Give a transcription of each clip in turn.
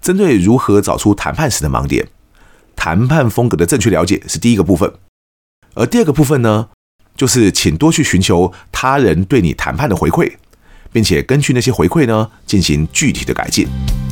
针对如何找出谈判时的盲点，谈判风格的正确了解是第一个部分。而第二个部分呢，就是请多去寻求他人对你谈判的回馈，并且根据那些回馈呢，进行具体的改进。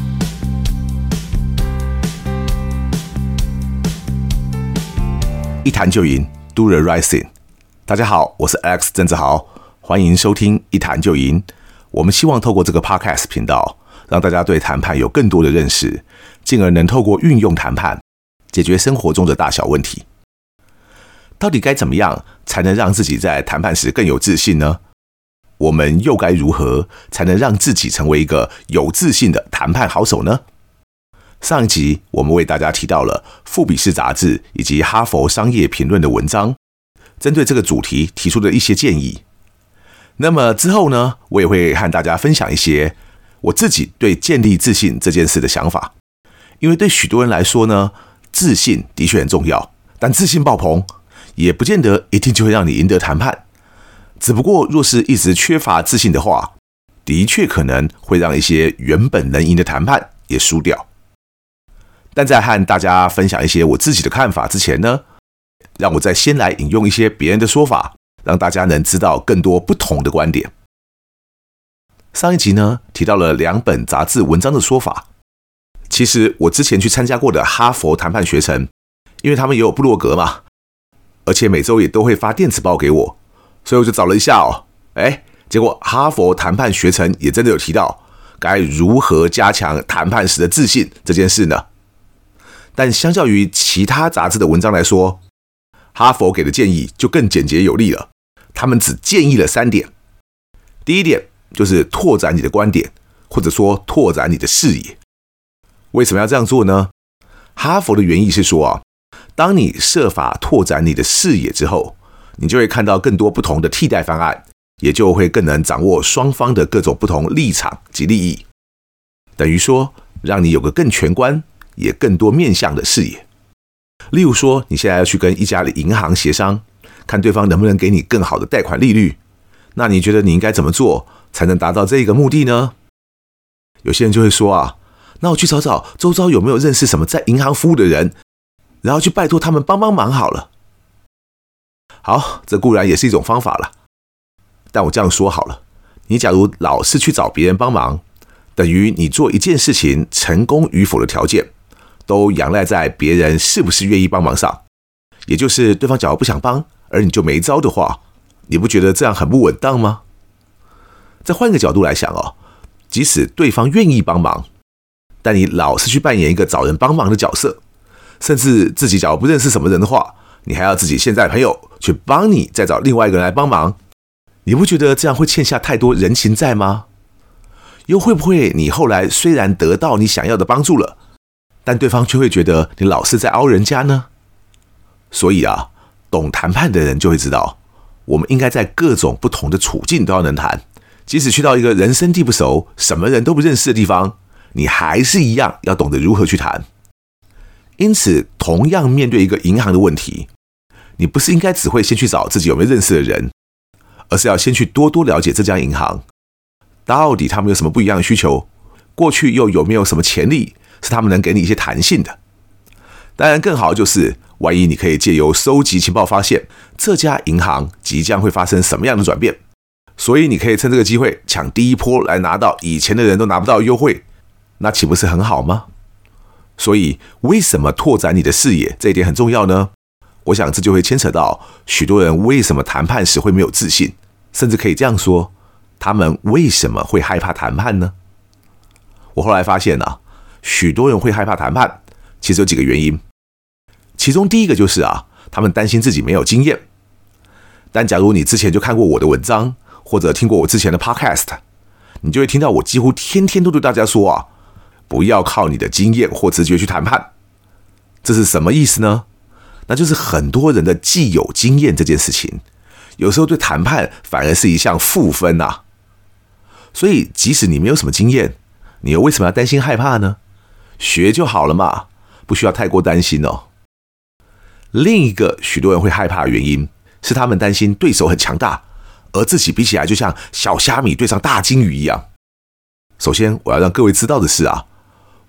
一谈就赢 ，Do the right thing。大家好，我是 Alex 郑志豪，欢迎收听一谈就赢。我们希望透过这个 Podcast 频道，让大家对谈判有更多的认识，进而能透过运用谈判，解决生活中的大小问题。到底该怎么样才能让自己在谈判时更有自信呢？我们又该如何才能让自己成为一个有自信的谈判好手呢？上一集我们为大家提到了富比士杂志以及哈佛商业评论的文章，针对这个主题提出的一些建议。那么之后呢，我也会和大家分享一些我自己对建立自信这件事的想法。因为对许多人来说呢，自信的确很重要，但自信爆棚也不见得一定就会让你赢得谈判。只不过若是一直缺乏自信的话，的确可能会让一些原本能赢的谈判也输掉。但在和大家分享一些我自己的看法之前呢，让我再先来引用一些别人的说法，让大家能知道更多不同的观点。上一集呢，提到了2本杂志文章的说法。其实我之前去参加过的哈佛谈判学程，因为他们也有部落格嘛，而且每周也都会发电子报给我，所以我就找了一下哦，结果哈佛谈判学程也真的有提到该如何加强谈判时的自信这件事呢。但相较于其他杂志的文章来说，哈佛给的建议就更简洁有力了。他们只建议了3点。第一点就是拓展你的观点，或者说拓展你的视野。为什么要这样做呢？哈佛的原意是说当你设法拓展你的视野之后，你就会看到更多不同的替代方案，也就会更能掌握双方的各种不同立场及利益。等于说，让你有个更全观也更多面向的视野。例如说，你现在要去跟一家的银行协商，看对方能不能给你更好的贷款利率，那你觉得你应该怎么做才能达到这个目的呢？有些人就会说那我去找找周遭有没有认识什么在银行服务的人，然后去拜托他们帮帮忙好了。好，这固然也是一种方法了，但我这样说好了，你假如老是去找别人帮忙，等于你做一件事情成功与否的条件都仰赖在别人是不是愿意帮忙上。也就是对方假如不想帮，而你就没招的话，你不觉得这样很不稳当吗？再换一个角度来想即使对方愿意帮忙，但你老是去扮演一个找人帮忙的角色，甚至自己假如不认识什么人的话，你还要自己现在朋友去帮你再找另外一个人来帮忙，你不觉得这样会欠下太多人情债吗？又会不会你后来虽然得到你想要的帮助了，但对方却会觉得你老是在凹人家呢？所以懂谈判的人就会知道，我们应该在各种不同的处境都要能谈。即使去到一个人生地不熟、什么人都不认识的地方，你还是一样要懂得如何去谈。因此，同样面对一个银行的问题，你不是应该只会先去找自己有没有认识的人，而是要先去多多了解这家银行，到底他们有什么不一样的需求，过去又有没有什么潜力是他们能给你一些弹性的。当然更好就是万一你可以借由收集情报发现这家银行即将会发生什么样的转变，所以你可以趁这个机会抢第一波来拿到以前的人都拿不到的优惠，那岂不是很好吗？所以为什么拓展你的视野这一点很重要呢？我想这就会牵扯到许多人为什么谈判时会没有自信，甚至可以这样说，他们为什么会害怕谈判呢？我后来发现许多人会害怕谈判其实有几个原因。其中第一个就是他们担心自己没有经验。但假如你之前就看过我的文章，或者听过我之前的 podcast， 你就会听到我几乎天天都对大家说不要靠你的经验或直觉去谈判。这是什么意思呢？那就是很多人的既有经验这件事情，有时候对谈判反而是一项负分所以即使你没有什么经验，你又为什么要担心害怕呢？学就好了嘛，不需要太过担心另一个许多人会害怕的原因是他们担心对手很强大，而自己比起来就像小虾米对上大金鱼一样。首先我要让各位知道的是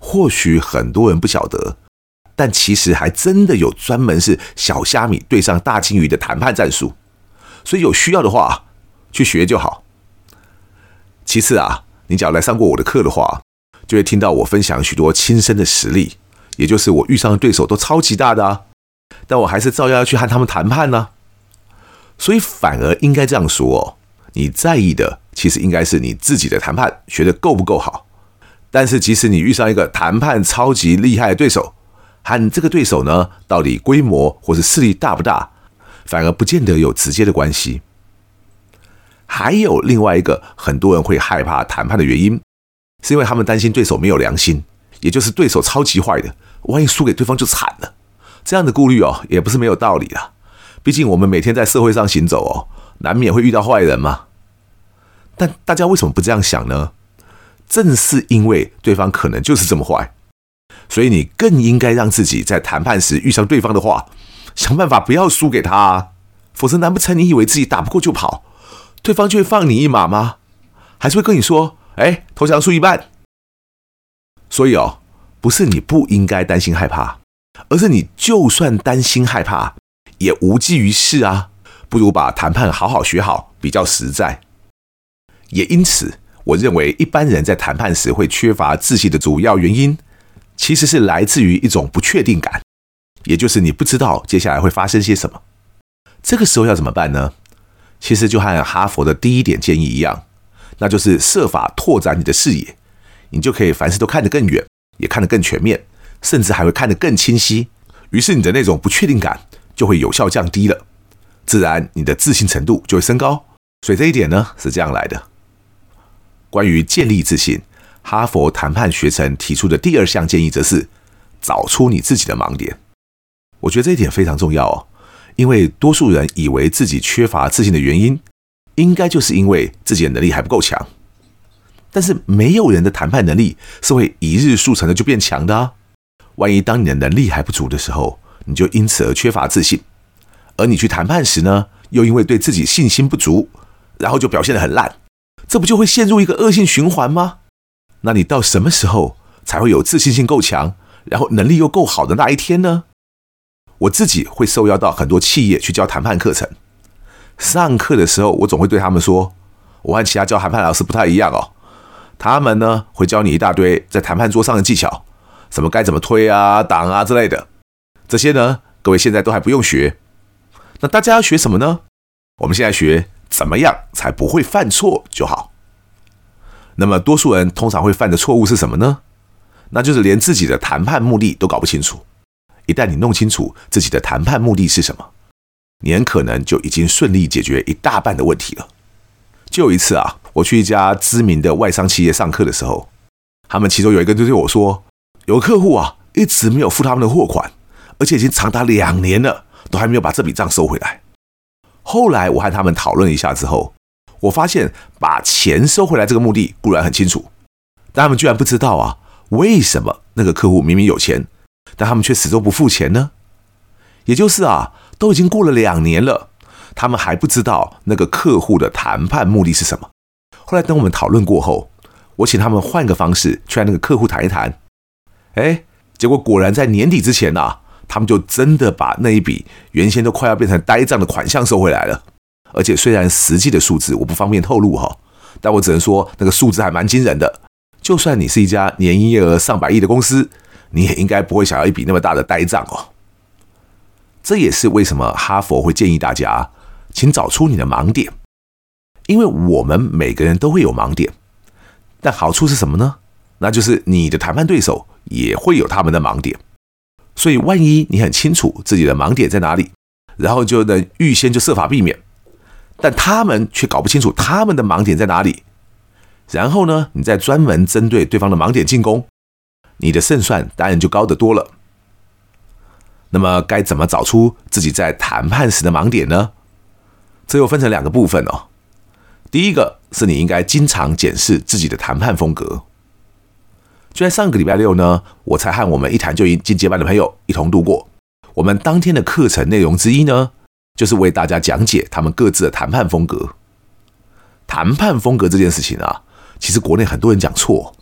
或许很多人不晓得，但其实还真的有专门是小虾米对上大金鱼的谈判战术，所以有需要的话去学就好。其次啊，你只要来上过我的课的话，就会听到我分享许多亲身的实例，也就是我遇上的对手都超级大的啊，但我还是照样要去和他们谈判呢。所以反而应该这样说哦，你在意的其实应该是你自己的谈判学得够不够好。但是即使你遇上一个谈判超级厉害的对手，和这个对手呢到底规模或是势力大不大，反而不见得有直接的关系。还有另外一个很多人会害怕谈判的原因，是因为他们担心对手没有良心，也就是对手超级坏的，万一输给对方就惨了。这样的顾虑哦，也不是没有道理啦。毕竟我们每天在社会上行走哦，难免会遇到坏人嘛。但大家为什么不这样想呢？正是因为对方可能就是这么坏，所以你更应该让自己在谈判时遇上对方的话，想办法不要输给他啊。否则难不成你以为自己打不过就跑，对方就会放你一马吗？还是会跟你说，投降输一半。所以哦，不是你不应该担心害怕，而是你就算担心害怕也无济于事啊，不如把谈判好好学好比较实在。也因此我认为一般人在谈判时会缺乏自信的主要原因，其实是来自于一种不确定感，也就是你不知道接下来会发生些什么。这个时候要怎么办呢？其实就和哈佛的第一点建议一样，那就是设法拓展你的视野，你就可以凡事都看得更远，也看得更全面，甚至还会看得更清晰。于是你的那种不确定感就会有效降低了，自然你的自信程度就会升高。所以这一点呢是这样来的。关于建立自信，哈佛谈判学程提出的第二项建议则是找出你自己的盲点。我觉得这一点非常重要哦，因为多数人以为自己缺乏自信的原因，应该就是因为自己的能力还不够强。但是没有人的谈判能力是会一日速成的就变强的啊。万一当你的能力还不足的时候，你就因此而缺乏自信，而你去谈判时呢，又因为对自己信心不足，然后就表现得很烂，这不就会陷入一个恶性循环吗？那你到什么时候才会有自信心够强，然后能力又够好的那一天呢？我自己会受邀到很多企业去教谈判课程，上课的时候我总会对他们说，我和其他教谈判老师不太一样哦，他们呢会教你一大堆在谈判桌上的技巧，什么该怎么推啊、挡啊之类的，这些呢各位现在都还不用学。那大家要学什么呢？我们现在学怎么样才不会犯错就好。那么多数人通常会犯的错误是什么呢？那就是连自己的谈判目的都搞不清楚。一旦你弄清楚自己的谈判目的是什么，你很可能就已经顺利解决一大半的问题了。就有一次啊，我去一家知名的外商企业上课的时候，他们其中有一个就对我说，有个客户啊一直没有付他们的货款，而且已经长达2年了，都还没有把这笔账收回来。后来我和他们讨论一下之后，我发现把钱收回来这个目的固然很清楚，但他们居然不知道啊，为什么那个客户明明有钱，但他们却始终不付钱呢？也就是啊，都已经过了2年了，他们还不知道那个客户的谈判目的是什么。后来等我们讨论过后，我请他们换个方式去和那个客户谈一谈，结果果然在年底之前啊，他们就真的把那一笔原先都快要变成呆账的款项收回来了。而且虽然实际的数字我不方便透露哈，但我只能说那个数字还蛮惊人的。就算你是一家年营业额上百亿的公司，你也应该不会想要一笔那么大的呆账哦。这也是为什么哈佛会建议大家，请找出你的盲点。因为我们每个人都会有盲点，但好处是什么呢？那就是你的谈判对手也会有他们的盲点。所以万一你很清楚自己的盲点在哪里，然后就能预先就设法避免，但他们却搞不清楚他们的盲点在哪里，然后呢，你再专门针对对方的盲点进攻，你的胜算当然就高得多了。那么该怎么找出自己在谈判时的盲点呢？这又分成2个部分哦。第一个是你应该经常检视自己的谈判风格。就在上个礼拜6呢，我才和我们一谈就赢进阶班的朋友一同度过。我们当天的课程内容之一呢，就是为大家讲解他们各自的谈判风格。谈判风格这件事情啊，其实国内很多人讲错，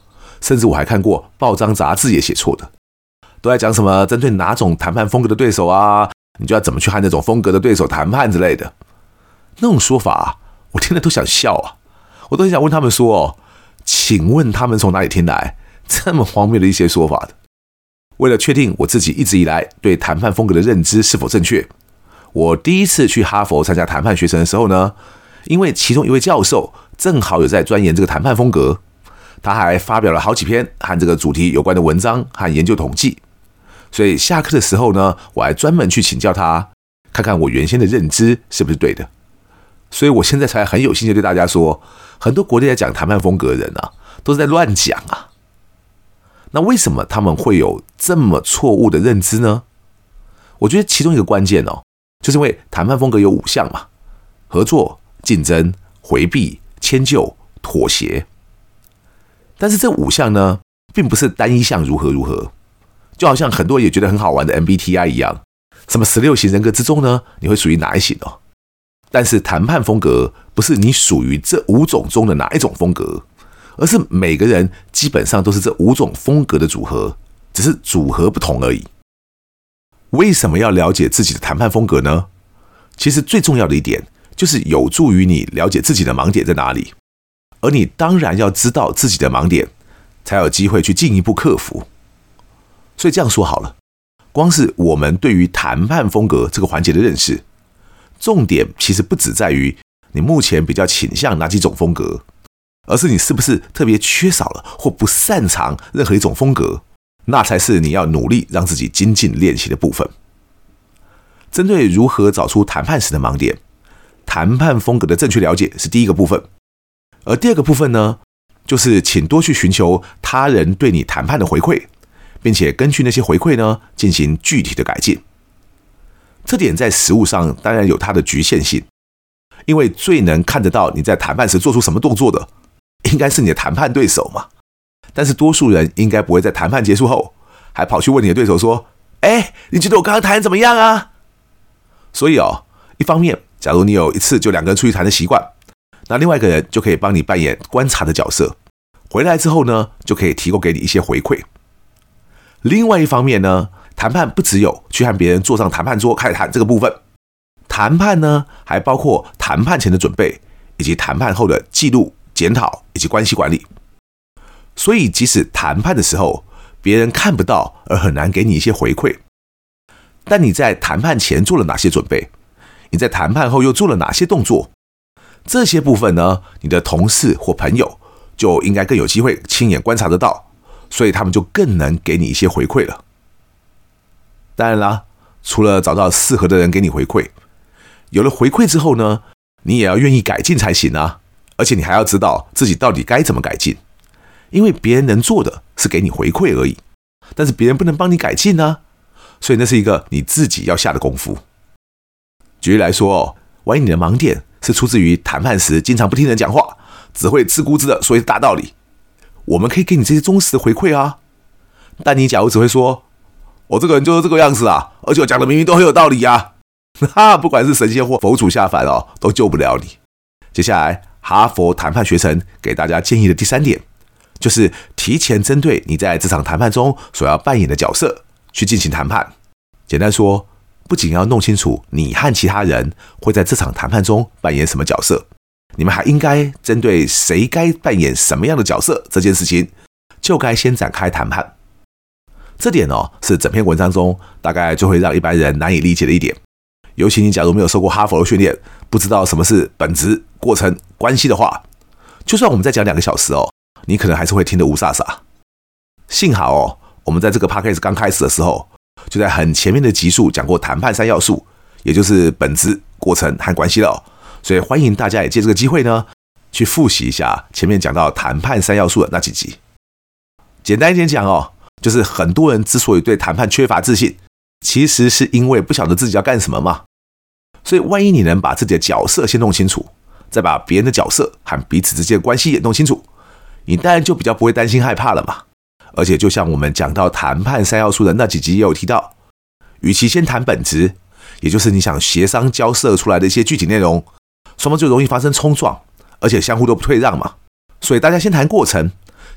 甚至我还看过报章杂志也写错的，都在讲什么针对哪种谈判风格的对手啊，你就要怎么去和那种风格的对手谈判之类的。那种说法我听了都想笑啊，我都很想问他们说请问他们从哪里听来这么荒谬的一些说法的？为了确定我自己一直以来对谈判风格的认知是否正确，我第一次去哈佛参加谈判学程的时候呢，因为其中一位教授正好有在钻研这个谈判风格，他还发表了好几篇和这个主题有关的文章和研究统计，所以下课的时候呢，我还专门去请教他，看看我原先的认知是不是对的。所以我现在才很有兴趣对大家说，很多国内在讲谈判风格的人啊，都是在乱讲啊。那为什么他们会有这么错误的认知呢？我觉得其中一个关键就是因为谈判风格有5项嘛：合作、竞争、回避、迁就、妥协。但是这5项呢，并不是单一项如何如何，就好像很多人也觉得很好玩的 MBTI 一样，什么16型人格之中呢，你会属于哪一型哦？但是谈判风格不是你属于这5种中的哪一种风格，而是每个人基本上都是这5种风格的组合，只是组合不同而已。为什么要了解自己的谈判风格呢？其实最重要的一点就是有助于你了解自己的盲点在哪里，而你当然要知道自己的盲点，才有机会去进一步克服。所以这样说好了，光是我们对于谈判风格这个环节的认识，重点其实不只在于你目前比较倾向哪几种风格，而是你是不是特别缺少了或不擅长任何一种风格，那才是你要努力让自己精进练习的部分。针对如何找出谈判时的盲点，谈判风格的正确了解是第一个部分，而第二个部分呢，就是请多去寻求他人对你谈判的回馈，并且根据那些回馈呢，进行具体的改进。这点在实务上当然有它的局限性，因为最能看得到你在谈判时做出什么动作的，应该是你的谈判对手嘛。但是多数人应该不会在谈判结束后，还跑去问你的对手说：“你觉得我刚刚谈怎么样啊？”所以一方面，假如你有一次就2个人出去谈的习惯，那另外一个人就可以帮你扮演观察的角色，回来之后呢，就可以提供给你一些回馈。另外一方面呢，谈判不只有去和别人坐上谈判桌开始谈这个部分，谈判呢还包括谈判前的准备，以及谈判后的记录、检讨以及关系管理。所以即使谈判的时候别人看不到而很难给你一些回馈，但你在谈判前做了哪些准备，你在谈判后又做了哪些动作，这些部分呢，你的同事或朋友就应该更有机会亲眼观察得到，所以他们就更能给你一些回馈了。当然啦，除了找到适合的人给你回馈，有了回馈之后呢，你也要愿意改进才行啊，而且你还要知道自己到底该怎么改进，因为别人能做的是给你回馈而已，但是别人不能帮你改进啊，所以那是一个你自己要下的功夫。举例来说万一你的盲点是出自于谈判时经常不听人讲话，只会自顾自的说一些大道理，我们可以给你这些忠实的回馈啊。但你假如只会说我这个人就是这个样子啊，而且我讲的明明都很有道理啊，不管是神仙或佛祖下凡都救不了你。接下来哈佛谈判学程给大家建议的第3点，就是提前针对你在这场谈判中所要扮演的角色去进行谈判。简单说，不仅要弄清楚你和其他人会在这场谈判中扮演什么角色，你们还应该针对谁该扮演什么样的角色这件事情，就该先展开谈判。这点是整篇文章中大概就会让一般人难以理解的一点，尤其你假如没有受过哈佛的训练，不知道什么是本质、过程、关系的话，就算我们再讲2个小时你可能还是会听得乌煞煞。幸好我们在这个 podcast 刚开始的时候，就在很前面的集数讲过谈判3要素，也就是本质、过程和关系了所以欢迎大家也借这个机会呢，去复习一下前面讲到谈判3要素的那几集。简单一点讲就是很多人之所以对谈判缺乏自信，其实是因为不晓得自己要干什么嘛。所以万一你能把自己的角色先弄清楚，再把别人的角色和彼此之间的关系也弄清楚，你当然就比较不会担心害怕了嘛。而且就像我们讲到谈判3要素的那几集也有提到，与其先谈本质，也就是你想协商交涉出来的一些具体内容，双方就容易发生冲撞，而且相互都不退让嘛。所以大家先谈过程，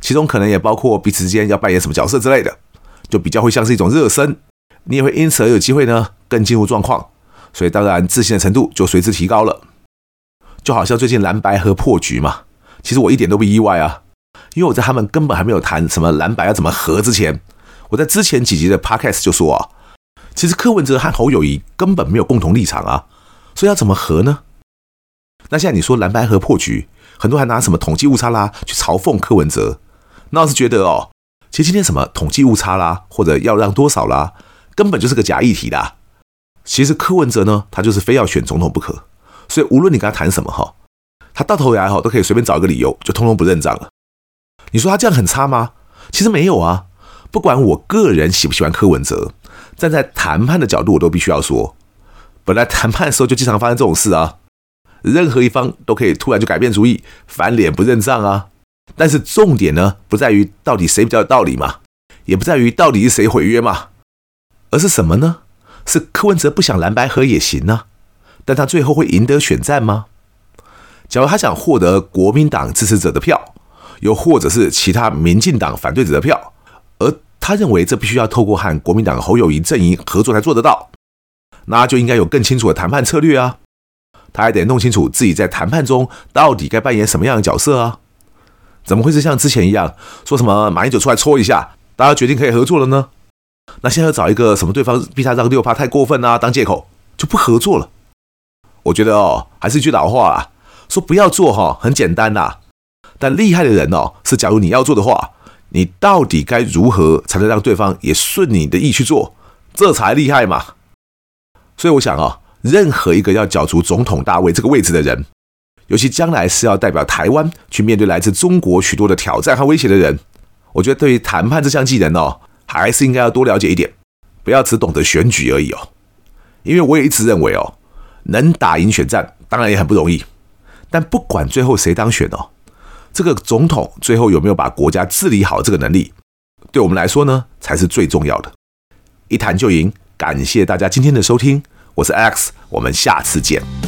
其中可能也包括彼此之间要扮演什么角色之类的，就比较会像是一种热身，你也会因此而有机会呢更进入状况，所以当然自信的程度就随之提高了。就好像最近蓝白合破局嘛，其实我一点都不意外啊，因为我在他们根本还没有谈什么蓝白要怎么合之前，我在之前几集的 podcast 就说啊，其实柯文哲和侯友宜根本没有共同立场啊，所以要怎么合呢？那现在你说蓝白合破局，很多人还拿什么统计误差啦去嘲讽柯文哲，那我是觉得哦，其实今天什么统计误差啦，或者要让多少啦，根本就是个假议题啦。其实柯文哲呢，他就是非要选总统不可，所以无论你跟他谈什么哈，他到头来都可以随便找一个理由就通通不认账了。你说他这样很差吗？其实没有啊。不管我个人喜不喜欢柯文哲，站在谈判的角度，我都必须要说，本来谈判的时候就经常发生这种事啊，任何一方都可以突然就改变主意，翻脸不认账啊。但是重点呢，不在于到底谁比较有道理嘛，也不在于到底是谁毁约嘛，而是什么呢？是柯文哲不想蓝白合也行啊，但他最后会赢得选战吗？假如他想获得国民党支持者的票，又或者是其他民进党反对者的票，而他认为这必须要透过和国民党侯友宜阵营合作才做得到，那就应该有更清楚的谈判策略啊。他还得弄清楚自己在谈判中到底该扮演什么样的角色啊。怎么会是像之前一样说什么马英九出来戳一下，大家决定可以合作了呢？那现在要找一个什么对方逼他让6%太过分啊当借口就不合作了。我觉得还是一句老话啦，说不要做很简单啦，但厉害的人是假如你要做的话，你到底该如何才能让对方也顺你的意去做，这才厉害嘛。所以我想任何一个要角逐总统大位这个位置的人，尤其将来是要代表台湾去面对来自中国许多的挑战和威胁的人，我觉得对于谈判这项技能还是应该要多了解一点，不要只懂得选举而已因为我也一直认为能打赢选战当然也很不容易，但不管最后谁当选这个总统最后有没有把国家治理好这个能力，对我们来说呢才是最重要的。一谈就赢，感谢大家今天的收听，我是 Alex， 我们下次见。